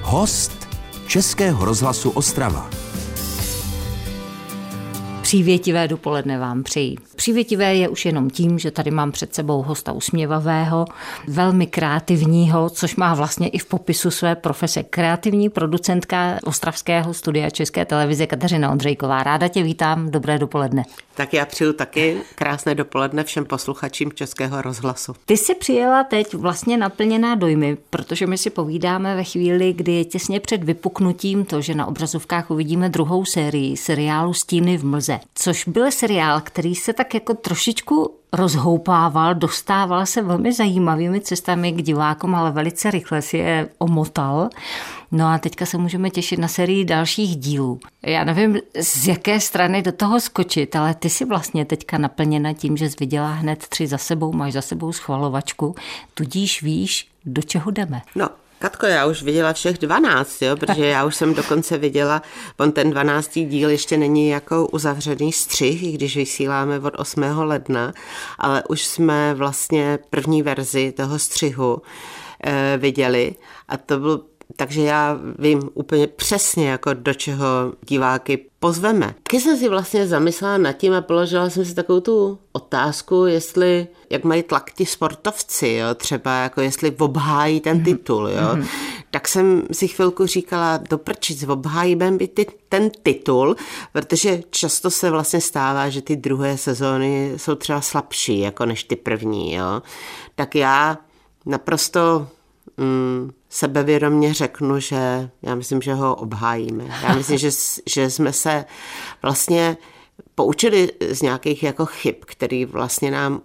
Host Českého rozhlasu Ostrava. Přívětivé dopoledne vám přeji. Přívětivé je už jenom tím, že tady mám před sebou hosta usměvavého, velmi kreativního, což má vlastně i v popisu své profese. Kreativní producentka Ostravského studia České televize Kateřina Ondřejková. Ráda tě vítám, dobré dopoledne. Tak já přeju taky krásné dopoledne všem posluchačům Českého rozhlasu. Ty jsi přijela teď vlastně naplněná dojmy, protože my si povídáme ve chvíli, kdy je těsně před vypuknutím to, že na obrazovkách uvidíme druhou sérii seriálu Stíny v mlze, což byl seriál, který se tak jako trošičku rozhoupával, dostával se velmi zajímavými cestami k divákům, ale velice rychle si je omotal. No a teďka se můžeme těšit na sérii dalších dílů. Já nevím, z jaké strany do toho skočit, ale ty jsi vlastně teďka naplněna tím, že jsi viděla hned 3 za sebou, máš za sebou schvalovačku, tudíž víš, do čeho jdeme. No, Katko, já už viděla všech 12, jo, protože já už jsem dokonce viděla, ten 12. díl ještě není jako uzavřený střih, i když vysíláme od 8. ledna, ale už jsme vlastně první verzi toho střihu viděli a to bylo. Takže já vím úplně přesně, jako do čeho diváky pozveme. Taky jsem si vlastně zamyslela nad tím a položila jsem si takovou tu otázku, jestli, jak mají tlak ti sportovci, jo, třeba jako jestli obhájí ten titul, jo. Tak jsem si chvilku říkala, do prčic, obhájíme by ten titul, protože často se vlastně stává, že ty druhé sezóny jsou třeba slabší, jako než ty první, jo. Tak já naprosto sebevědomě řeknu, že já myslím, že ho obhájíme. Já myslím, že jsme se vlastně poučili z nějakých jako chyb, který vlastně nám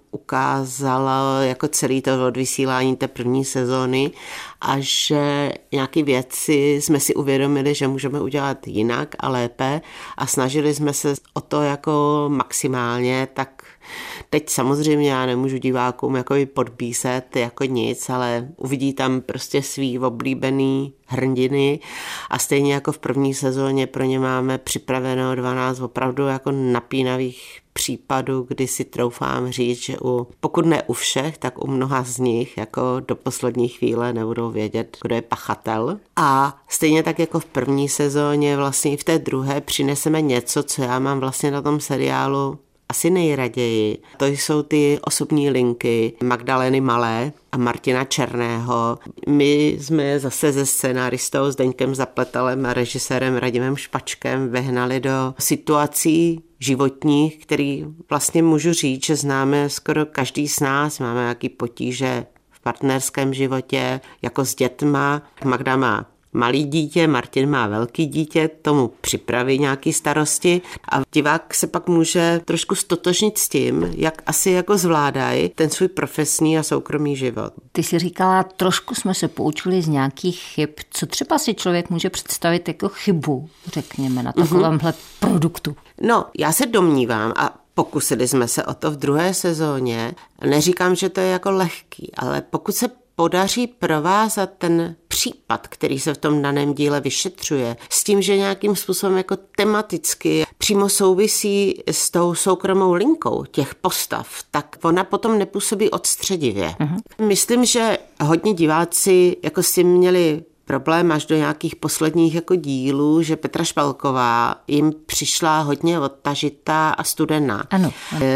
ukázalo jako celý to odvysílání té první sezóny a že nějaké věci jsme si uvědomili, že můžeme udělat jinak a lépe a snažili jsme se o to jako maximálně, tak teď samozřejmě já nemůžu divákům jako podpíset jako nic, ale uvidí tam prostě svý oblíbený hrdiny a stejně jako v první sezóně pro ně máme připraveno 12 opravdu jako napínavých případů, kdy si troufám říct, že pokud ne u všech, tak u mnoha z nich jako do poslední chvíle nebudou vědět, kdo je pachatel. A stejně tak jako v první sezóně vlastně i v té druhé přineseme něco, co já mám vlastně na tom seriálu asi nejraději. To jsou ty osobní linky Magdaleny Malé a Martina Černého. My jsme zase se scenáristou Zdeňkem Zapletalem a režisérem Radimem Špačkem vehnali do situací životních, který vlastně můžu říct, že známe skoro každý z nás. Máme nějaký potíže v partnerském životě, jako s dětma. Magda má malý dítě, Martin má velký dítě, tomu připraví nějaký starosti a divák se pak může trošku stotožnit s tím, jak asi jako zvládají ten svůj profesní a soukromý život. Ty jsi říkala, trošku jsme se poučili z nějakých chyb. Co třeba si člověk může představit jako chybu, řekněme, na takovémhle produktu? No, já se domnívám a pokusili jsme se o to v druhé sezóně. Neříkám, že to je jako lehký, ale pokud se podaří provázat ten případ, který se v tom daném díle vyšetřuje, s tím, že nějakým způsobem jako tematicky přímo souvisí s tou soukromou linkou těch postav, tak ona potom nepůsobí odstředivě. Myslím, že hodně diváci jako si měli problém až do nějakých posledních jako dílů, že Petra Špalková jim přišla hodně odtažitá a studená. Ano.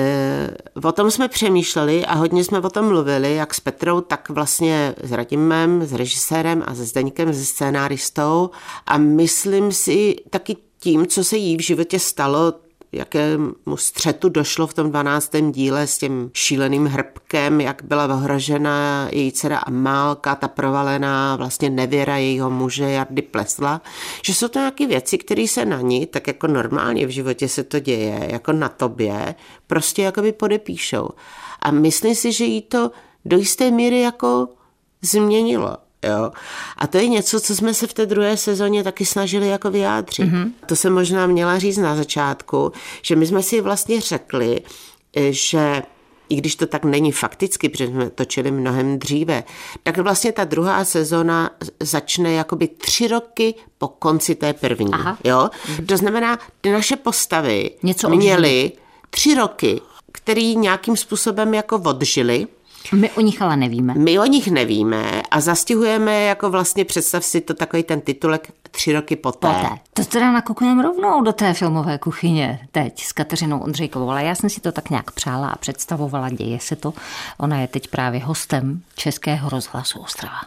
O tom jsme přemýšleli a hodně jsme o tom mluvili, jak s Petrou, tak vlastně s Radimem, s režisérem a se Zdeňkem, se scénáristou a myslím si taky tím, co se jí v životě stalo, jakému střetu došlo v tom 12. díle s tím šíleným hrbkem, jak byla ohrožena její dcera Amálka, ta provalená vlastně nevěra jejího muže Jardy Plesla, že jsou to nějaké věci, které se na ní, tak jako normálně v životě se to děje, jako na tobě, prostě jakoby podepíšou. A myslím si, že jí to do jisté míry jako změnilo. Jo. A to je něco, co jsme se v té druhé sezóně taky snažili jako vyjádřit. To jsem možná měla říct na začátku, že my jsme si vlastně řekli, že i když to tak není fakticky, protože jsme točili mnohem dříve, tak vlastně ta druhá sezóna začne jakoby 3 roky po konci té první. Jo? To znamená, ty naše postavy měly 3 roky, který nějakým způsobem jako odžili My o nich ale nevíme. My o nich nevíme a zastihujeme jako vlastně, představ si to takový ten titulek 3 roky poté. To teda nakukujeme rovnou do té filmové kuchyně teď s Kateřinou Ondřejkovou, ale já jsem si to tak nějak přála a představovala, děje se to. Ona je teď právě hostem Českého rozhlasu Ostrava.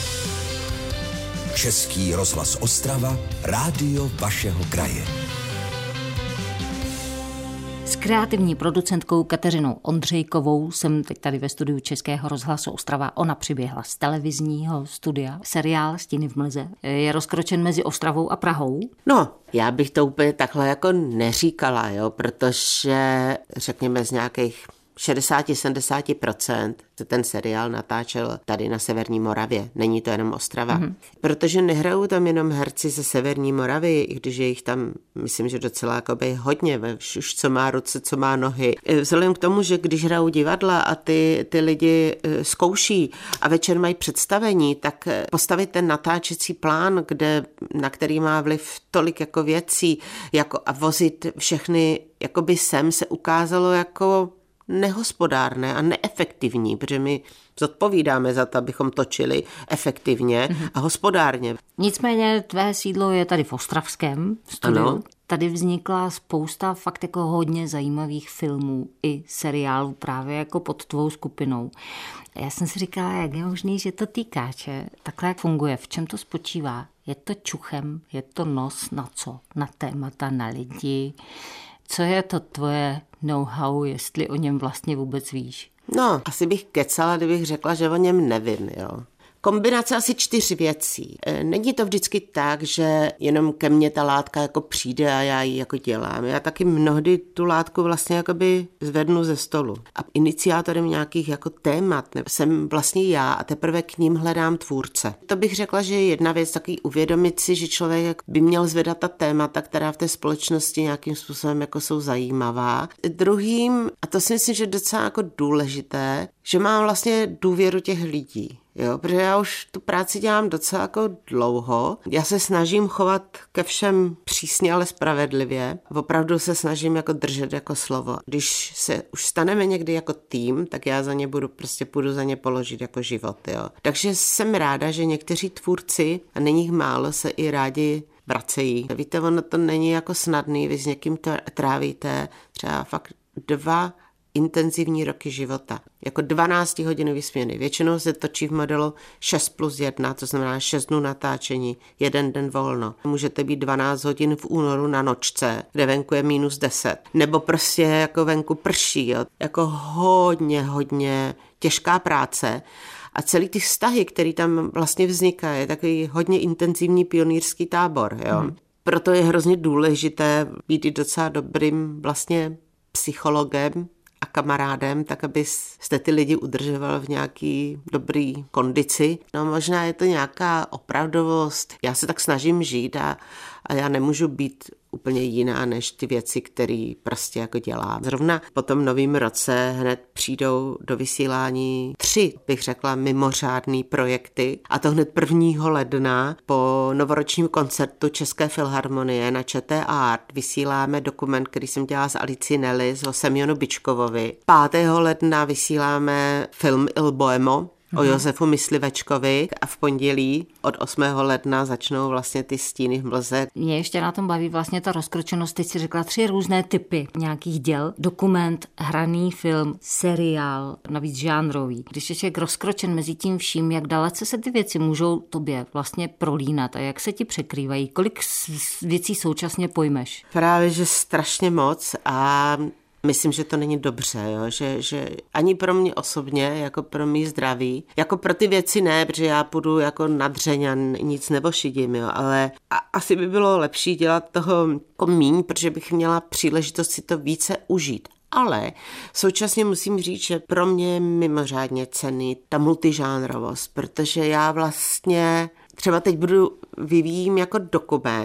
Český rozhlas Ostrava, rádio vašeho kraje. S kreativní producentkou Kateřinou Ondřejkovou jsem teď tady ve studiu Českého rozhlasu Ostrava. Ona přiběhla z televizního studia. Seriál Stíny v mlze je rozkročen mezi Ostravou a Prahou. No, já bych to úplně takhle jako neříkala, jo, protože řekněme z nějakých 60-70% ten seriál natáčel tady na Severní Moravě. Není to jenom Ostrava. Protože nehrajou tam jenom herci ze Severní Moravy, i když je jich tam, myslím, že docela jakoby hodně, už co má ruce, co má nohy. Vzhledem k tomu, že když hrajou divadla a ty lidi zkouší a večer mají představení, tak postavit ten natáčecí plán, na který má vliv tolik jako věcí, jako a vozit všechny jakoby sem se ukázalo jako nehospodárné a neefektivní, protože my zodpovídáme za to, abychom točili efektivně a hospodárně. Nicméně tvé sídlo je tady v ostravském studiu. Ano. Tady vznikla spousta fakt jako hodně zajímavých filmů i seriálů právě jako pod tvou skupinou. Já jsem si říkala, jak je možný, že to týkáče takhle jak funguje, v čem to spočívá. Je to čuchem, je to nos na co? Na témata, na lidi. Co je to tvoje know-how, jestli o něm vlastně vůbec víš? No, asi bych kecala, kdybych řekla, že o něm nevím, jo. Kombinace asi 4 věcí. Není to vždycky tak, že jenom ke mně ta látka jako přijde a já ji jako dělám. Já taky mnohdy tu látku vlastně jakoby zvednu ze stolu. A iniciátorem nějakých jako témat jsem vlastně já a teprve k ním hledám tvůrce. To bych řekla, že je jedna věc takový uvědomit si, že člověk by měl zvedat ta témata, která v té společnosti nějakým způsobem jako jsou zajímavá. Druhým, a to si myslím, že je docela jako důležité, že mám vlastně důvěru těch lidí. Jo, protože já už tu práci dělám docela jako dlouho. Já se snažím chovat ke všem přísně, ale spravedlivě. Opravdu se snažím jako držet jako slovo. Když se už staneme někdy jako tým, tak já za ně půjdu za ně položit jako život, jo. Takže jsem ráda, že někteří tvůrci, a není jich málo, se i rádi vracejí. Víte, ono to není jako snadný, vy s někým trávíte třeba fakt 2 intenzivní roky života. Jako 12-hodinový směny. Většinou se točí v modelu 6+1, to znamená 6 dnů natáčení, 1 den volno. Můžete být 12 hodin v únoru na nočce, kde venku je -10. Nebo prostě jako venku prší. Jo. Jako hodně těžká práce. A celý ty vztahy, který tam vlastně vzniká, je takový hodně intenzivní pionýrský tábor. Jo. Proto je hrozně důležité být i docela dobrým vlastně psychologem a kamarádem, tak abyste ty lidi udržoval v nějaký dobrý kondici. No možná je to nějaká opravdovost. Já se tak snažím žít a já nemůžu být úplně jiná než ty věci, které prostě jako dělám. Zrovna po tom novém roce hned přijdou do vysílání 3, bych řekla, mimořádný projekty. A to hned 1. ledna po novoročním koncertu České filharmonie na ČT Art vysíláme dokument, který jsem dělala s Alicí Nelly, o Semjonu Bičkovovi. 5. ledna vysíláme film Il Bohemo o Josefu Myslivečkovi a v pondělí od 8. ledna začnou vlastně ty Stíny v mlze. Mě ještě na tom baví vlastně ta rozkročenost, teď si řekla 3 různé typy nějakých děl. Dokument, hraný film, seriál, navíc žánrový. Když je člověk rozkročen mezi tím vším, jak dalece se ty věci můžou tobě vlastně prolínat a jak se ti překrývají, kolik věcí současně pojmeš? Právě, že strašně moc a myslím, že to není dobře, jo? Že ani pro mě osobně, jako pro mý zdraví, jako pro ty věci ne, protože já půjdu jako na dřeň a nic nevošidím, jo? Ale asi by bylo lepší dělat toho jako míň, protože bych měla příležitost si to více užít. Ale současně musím říct, že pro mě je mimořádně cenný ta multižánrovost, protože já vlastně třeba teď vyvíjím jako dokument,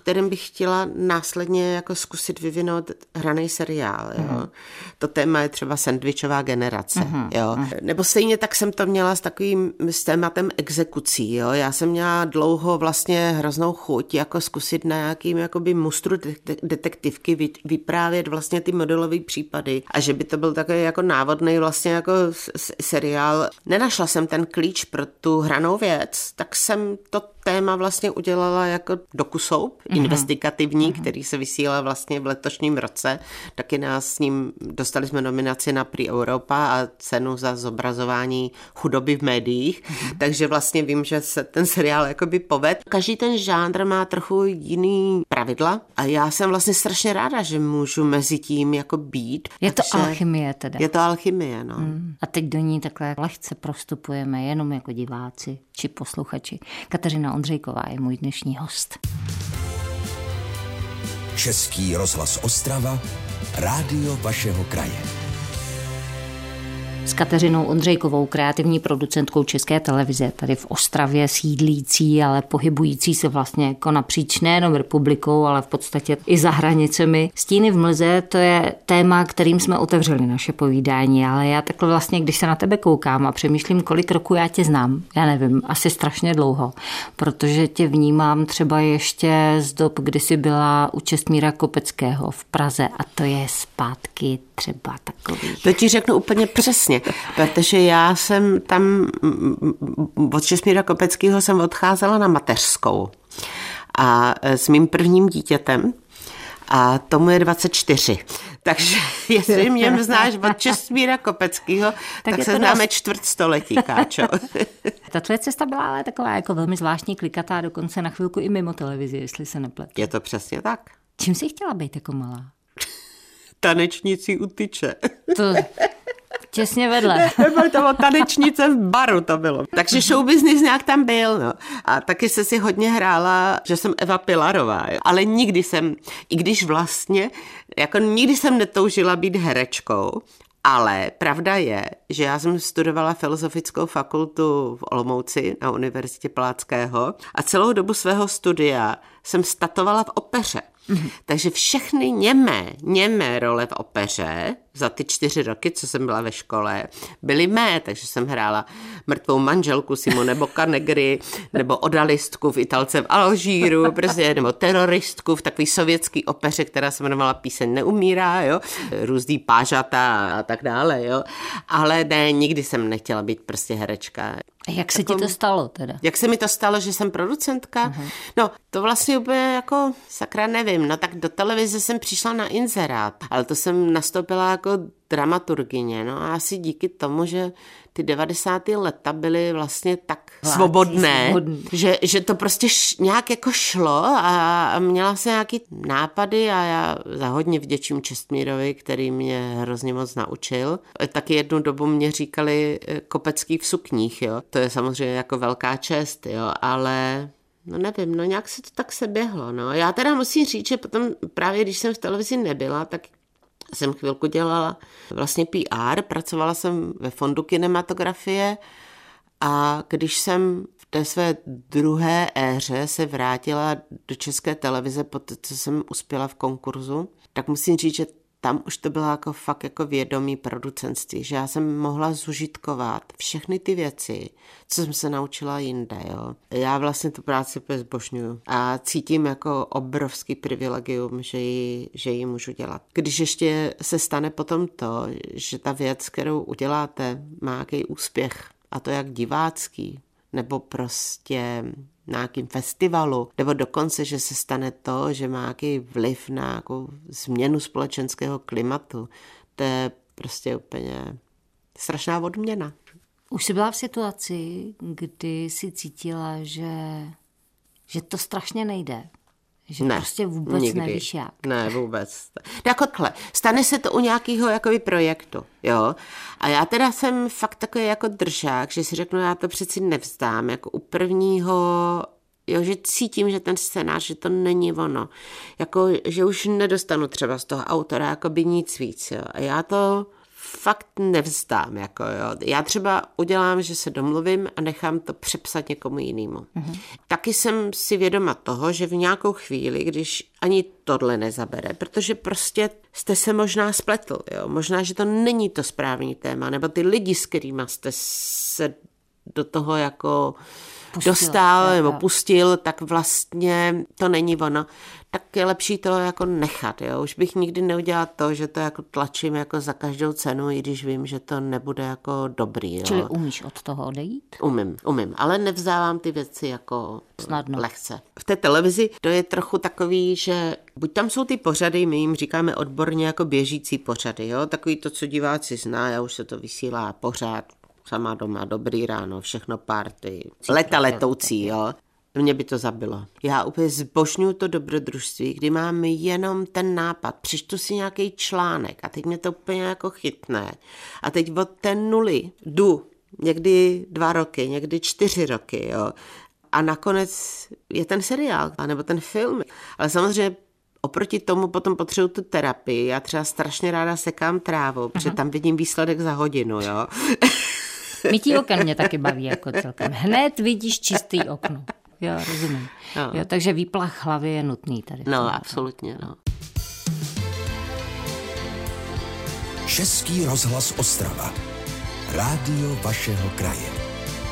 kterém bych chtěla následně jako zkusit vyvinout hraný seriál. Jo. To téma je třeba sandvičová generace. Jo. Nebo stejně tak jsem to měla s tématem exekucí. Jo. Já jsem měla dlouho vlastně hroznou chuť jako zkusit na nějakým jakoby mustru detektivky vyprávět vlastně ty modelové případy a že by to byl takový jako návodný vlastně jako seriál. Nenašla jsem ten klíč pro tu hranou věc, tak jsem to téma vlastně udělala jako dokusoup investigativní, který se vysílal vlastně v letošním roce. Taky nás s ním dostali jsme nominaci na Prix Europa a cenu za zobrazování chudoby v médiích. Takže vlastně vím, že se ten seriál jakoby povedl. Každý ten žánr má trochu jiný pravidla a já jsem vlastně strašně ráda, že můžu mezi tím jako být. Je to alchymie teda. Je to alchymie, no. A teď do ní takhle lehce prostupujeme jenom jako diváci či posluchači. Kateřina Ondřejková je můj dnešní host. Český rozhlas Ostrava, rádio vašeho kraje. S Kateřinou Ondřejkovou, kreativní producentkou České televize, tady v Ostravě sídlící, ale pohybující se vlastně jako napříč nejenom republikou, ale v podstatě i za hranicemi. Stíny v mlze, to je téma, kterým jsme otevřeli naše povídání, ale já takhle vlastně, když se na tebe koukám a přemýšlím, kolik roku já tě znám, já nevím, asi strašně dlouho, protože tě vnímám třeba ještě z dob, kdy jsi byla u Čestmíra Kopeckého v Praze a to je zpátky třeba takový. To ti řeknu úplně přesně, protože já jsem tam od Čestmíra Kopeckého jsem odcházela na mateřskou a s mým prvním dítětem a tomu je 24. Takže jestli mě znáš od Čestmíra Kopeckého, tak se známe čtvrtstoletí, Káčo. Ta tvoje cesta byla ale taková jako velmi zvláštní, klikatá, dokonce na chvilku i mimo televizi, jestli se nepletu. Je to přesně tak. Čím jsi chtěla být jako malá? Tanečnicí u tyče. To těsně vedle. To bylo tanečnice v baru, to bylo. Takže show business nějak tam byl, no. A taky se si hodně hrála, že jsem Eva Pilarová, jo. Ale nikdy jsem, i když vlastně, jako nikdy jsem netoužila být herečkou, ale pravda je, že já jsem studovala filozofickou fakultu v Olomouci na Univerzitě Palackého a celou dobu svého studia jsem statovala v opeře. Takže všechny němé role v opeře za ty 4 roky, co jsem byla ve škole, byly mé, takže jsem hrála mrtvou manželku Simone Boccanegra, nebo odalistku v Italce v Alžíru, prostě, nebo teroristku v takové sovětské opeře, která se jmenovala Píseň neumírá, jo, různý pážata a tak dále, jo. Ale ne, nikdy jsem nechtěla být prostě herečka. Jak se ti to stalo teda? Jak se mi to stalo, že jsem producentka? No, to vlastně úplně jako, sakra nevím, no tak do televize jsem přišla na inzerát, ale to jsem nastoupila jako dramaturgyně, no a asi díky tomu, že ty 90. leta byly vlastně tak svobodné, že to prostě nějak jako šlo a měla jsem nějaký nápady a já za hodně vděčím Čestmírovi, který mě hrozně moc naučil. Taky jednu dobu mě říkali Kopecký v sukních, jo. To je samozřejmě jako velká čest, jo, ale no nevím, no nějak se to tak seběhlo, no. Já teda musím říct, že potom právě když jsem v televizi nebyla, tak jsem chvilku dělala vlastně PR, pracovala jsem ve fondu kinematografie a když jsem v té své druhé éře se vrátila do České televize po to, co jsem uspěla v konkurzu, tak musím říct, že tam už to bylo jako fakt jako vědomý producentství, že já jsem mohla zužitkovat všechny ty věci, co jsem se naučila jinde, jo. Já vlastně tu práci zbožňuju a cítím jako obrovský privilegium, že ji můžu dělat. Když ještě se stane potom to, že ta věc, kterou uděláte, má nějaký úspěch, a to jak divácký, nebo prostě na nějakým festivalu, nebo dokonce, že se stane to, že má nějaký vliv na nějakou změnu společenského klimatu. To je prostě úplně strašná odměna. Už jsi byla v situaci, kdy jsi cítila, že to strašně nejde? Že ne, prostě vůbec nikdy. Nevíš jak. Ne, vůbec. Jako takhle, stane se to u nějakého jakoby projektu, jo. A já teda jsem fakt takový jako držák, že si řeknu, já to přeci nevzdám, jako u prvního, jo, že cítím, že ten scénář, že to není ono. Jako, že už nedostanu třeba z toho autora jakoby nic víc, jo. A já to fakt nevzdám. Jako, jo. Já třeba udělám, že se domluvím a nechám to přepsat někomu jinému. Taky jsem si vědoma toho, že v nějakou chvíli, když ani tohle nezabere, protože prostě jste se možná spletl, jo. Možná, že to není to správný téma, nebo ty lidi, s kterými jste se do toho jako dostal nebo pustil, tak vlastně to není ono. Tak je lepší to jako nechat. Jo? Už bych nikdy neudělal to, že to jako tlačím jako za každou cenu, i když vím, že to nebude jako dobrý. Jo? Čili umíš od toho odejít? Umím, ale nevzdávám ty věci jako snadno. Lehce. V té televizi to je trochu takový, že buď tam jsou ty pořady, my jim říkáme odborně jako běžící pořady, jo? Takový to, co diváci zná, já už se to vysílá pořád, sama doma, dobrý ráno, všechno party, leta letoucí, jo. Mě by to zabilo. Já úplně zbožňuju to dobrodružství, kdy mám jenom ten nápad, přečtu si nějaký článek a teď mě to úplně jako chytne. A teď od té nuly jdu někdy 2 roky, někdy 4 roky, jo. A nakonec je ten seriál, nebo ten film. Ale samozřejmě oproti tomu potom potřebuji tu terapii. Já třeba strašně ráda sekám trávu, protože tam vidím výsledek za hodinu, jo. Mytí oken mě taky baví jako celkem. Hned vidíš čistý okno. Jo, rozumím. No. Jo, takže výplach hlavy je nutný tady. No, absolutně, no. Český rozhlas Ostrava. Rádio vašeho kraje.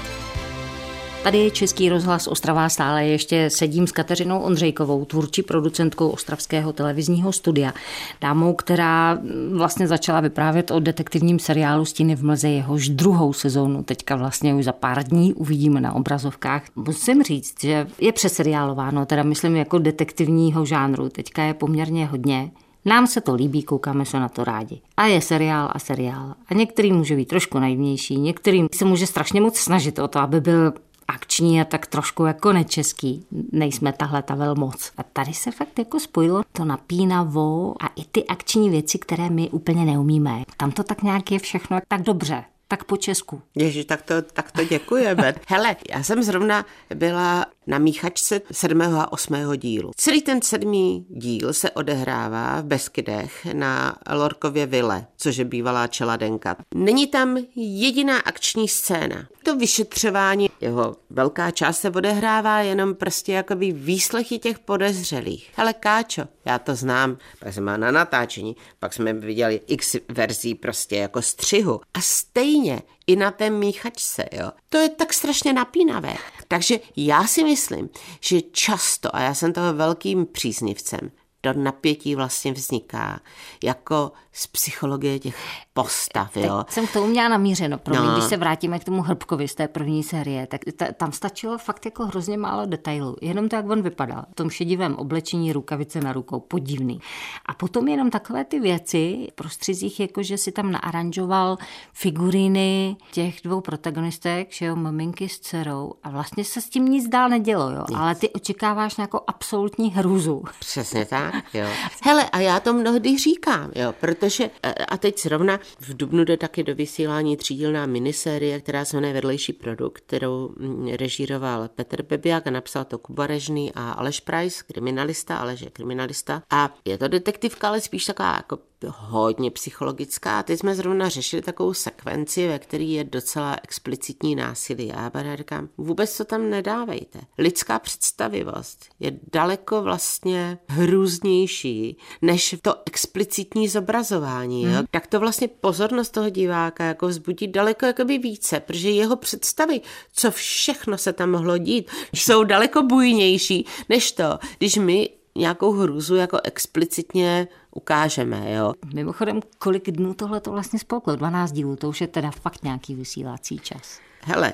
Tady je Český rozhlas Ostrava, stále ještě sedím s Kateřinou Ondřejkovou, tvůrčí producentkou ostravského televizního studia. Dámou, která vlastně začala vyprávět o detektivním seriálu Stíny v mlze, jehož 2. sezónu teďka vlastně už za pár dní uvidíme na obrazovkách. Musím říct, že je přeseriálováno, teda myslím jako detektivního žánru, teďka je poměrně hodně. Nám se to líbí, koukáme se na to rádi. A je seriál a seriál. A některý může být trošku naivnější, některý se může strašně moc snažit o to, aby byl akční a tak trošku jako nečeský. Nejsme tahle ta velmoc. A tady se fakt jako spojilo to napínavo a i ty akční věci, které my úplně neumíme. Tam to tak nějak je všechno tak dobře. Tak po česku. Ježiš, tak to děkujeme. Hele, já jsem zrovna byla na míchačce 7. a 8. dílu. Celý ten 7. díl se odehrává v Beskydech na Lorkově vile, což je bývalá čeladenka. Není tam jediná akční scéna. To vyšetřování, jeho velká část se odehrává jenom prostě jakoby výslechy těch podezřelých. Hele, Káčo, já to znám, pak jsem byla na natáčení, pak jsme viděli x verzí prostě jako střihu. A stejně i na té míchačce, jo. To je tak strašně napínavé. Takže já si myslím, že často, a já jsem toho velkým příznivcem, to napětí vlastně vzniká jako z psychologie těch postav, jo. Teď jsem k tomu měla namířeno. Když se vrátíme k tomu Hrbkovi z té první série, tak tam stačilo fakt jako hrozně málo detailů. Jenom to, jak on vypadal. V tom šedivém oblečení, rukavice na rukou, podivný. A potom jenom takové ty věci v prostřizích, jako že si tam naaranžoval figuríny těch 2 protagonistek, že jo, maminky s dcerou. A vlastně se s tím nic dál nedělo, jo. Nic. Ale ty očekáváš nějakou absolutní hrůzu. Přesně tak, jo. Hele, a já to mnohdy říkám, jo, protože, a teď zrovna v dubnu jde taky do vysílání 3dílná minisérie, která se jmenuje Vedlejší produkt, kterou režíroval Petr Bebiak a napsal to Kuba Režný a Aleš Price, kriminalista, Aleš je kriminalista. A je to detektivka, ale spíš taková jako hodně psychologická. A teď jsme zrovna řešili takovou sekvenci, ve které je docela explicitní násilí. A já říkám, vůbec to tam nedávejte. Lidská představivost je daleko vlastně hrůznější než to explicitní zobrazování. Jo? Tak to vlastně pozornost toho diváka jako vzbudí daleko jakoby více, protože jeho představy, co všechno se tam mohlo dít, jsou daleko bujnější než to, když my nějakou hrůzu jako explicitně ukážeme, jo. Mimochodem, kolik dnů tohle to vlastně spolklo? 12 dílů, to už je teda fakt nějaký vysílací čas. Hele,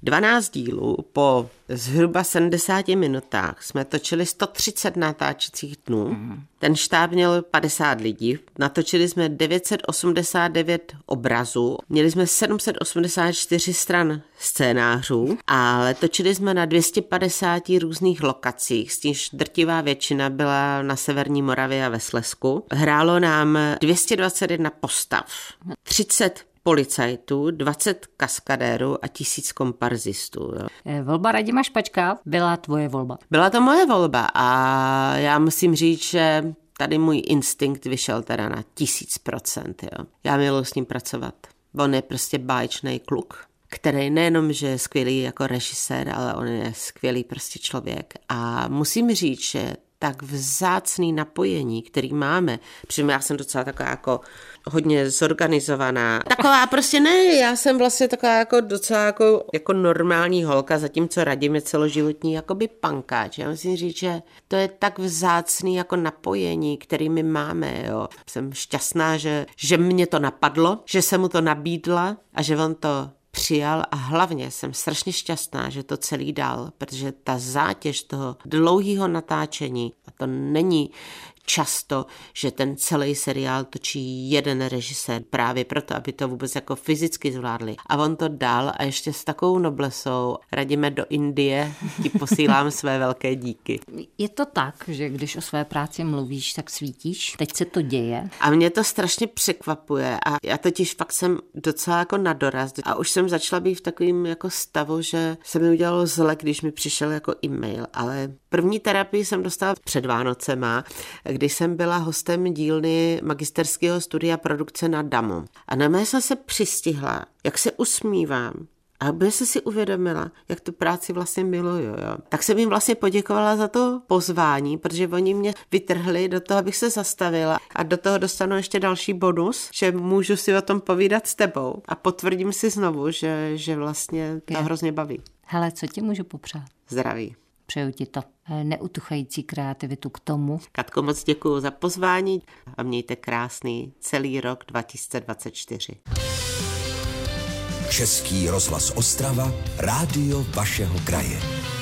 12 dílů po zhruba 70 minutách jsme točili 130 natáčecích dnů. Ten štáb měl 50 lidí. Natočili jsme 989 obrazů. Měli jsme 784 stran scénářů, ale točili jsme na 250 různých lokacích, s tímž drtivá většina byla na Severní Moravě a ve Slezsku. Hrálo nám 221 postav, 30 policajtů, 20 kaskadérů a 1000 komparzistů. Jo. Volba Radima Špačka byla tvoje volba. Byla to moje volba a já musím říct, že tady můj instinkt vyšel teda na 1000%. Jo. Já miluji s ním pracovat. On je prostě báječný kluk, který nejenom, že je skvělý jako režisér, ale on je skvělý prostě člověk. A musím říct, že tak vzácný napojení, který máme, protože já jsem docela taková jako hodně zorganizovaná. Taková prostě ne, já jsem vlastně taková jako docela jako normální holka, zatímco Radim je celoživotní jakoby pankáč. Já musím říct, že to je tak vzácný jako napojení, který my máme, jo. Jsem šťastná, že mě to napadlo, že jsem mu to nabídla a že on to přijal a hlavně jsem strašně šťastná, že to celý dal, protože ta zátěž toho dlouhého natáčení, a to není často, že ten celý seriál točí jeden režisér právě proto, aby to vůbec jako fyzicky zvládli. A on to dal a ještě s takovou noblesou. Radíme do Indie, ti posílám své velké díky. Je to tak, že když o své práci mluvíš, tak svítíš? Teď se to děje? A mě to strašně překvapuje a já totiž fakt jsem docela jako na doraz a už jsem začala být v takovém jako stavu, že se mi udělalo zle, když mi přišel jako e-mail, ale první terapii jsem dostala před Vánocema, když jsem byla hostem dílny magisterského studia produkce na DAMu. A na mě jsem se přistihla, jak se usmívám. A aby se si uvědomila, jak tu práci vlastně miluju. Jo. Tak jsem jim vlastně poděkovala za to pozvání, protože oni mě vytrhli do toho, abych se zastavila a do toho dostanu ještě další bonus, že můžu si o tom povídat s tebou a potvrdím si znovu, že vlastně to hrozně baví. Hele, co ti můžu popřát? Zdraví. Přeju ti to. Neutuchající kreativitu k tomu. Katko, moc děkuju za pozvání a mějte krásný celý rok 2024. Český rozhlas Ostrava, rádio vašeho kraje.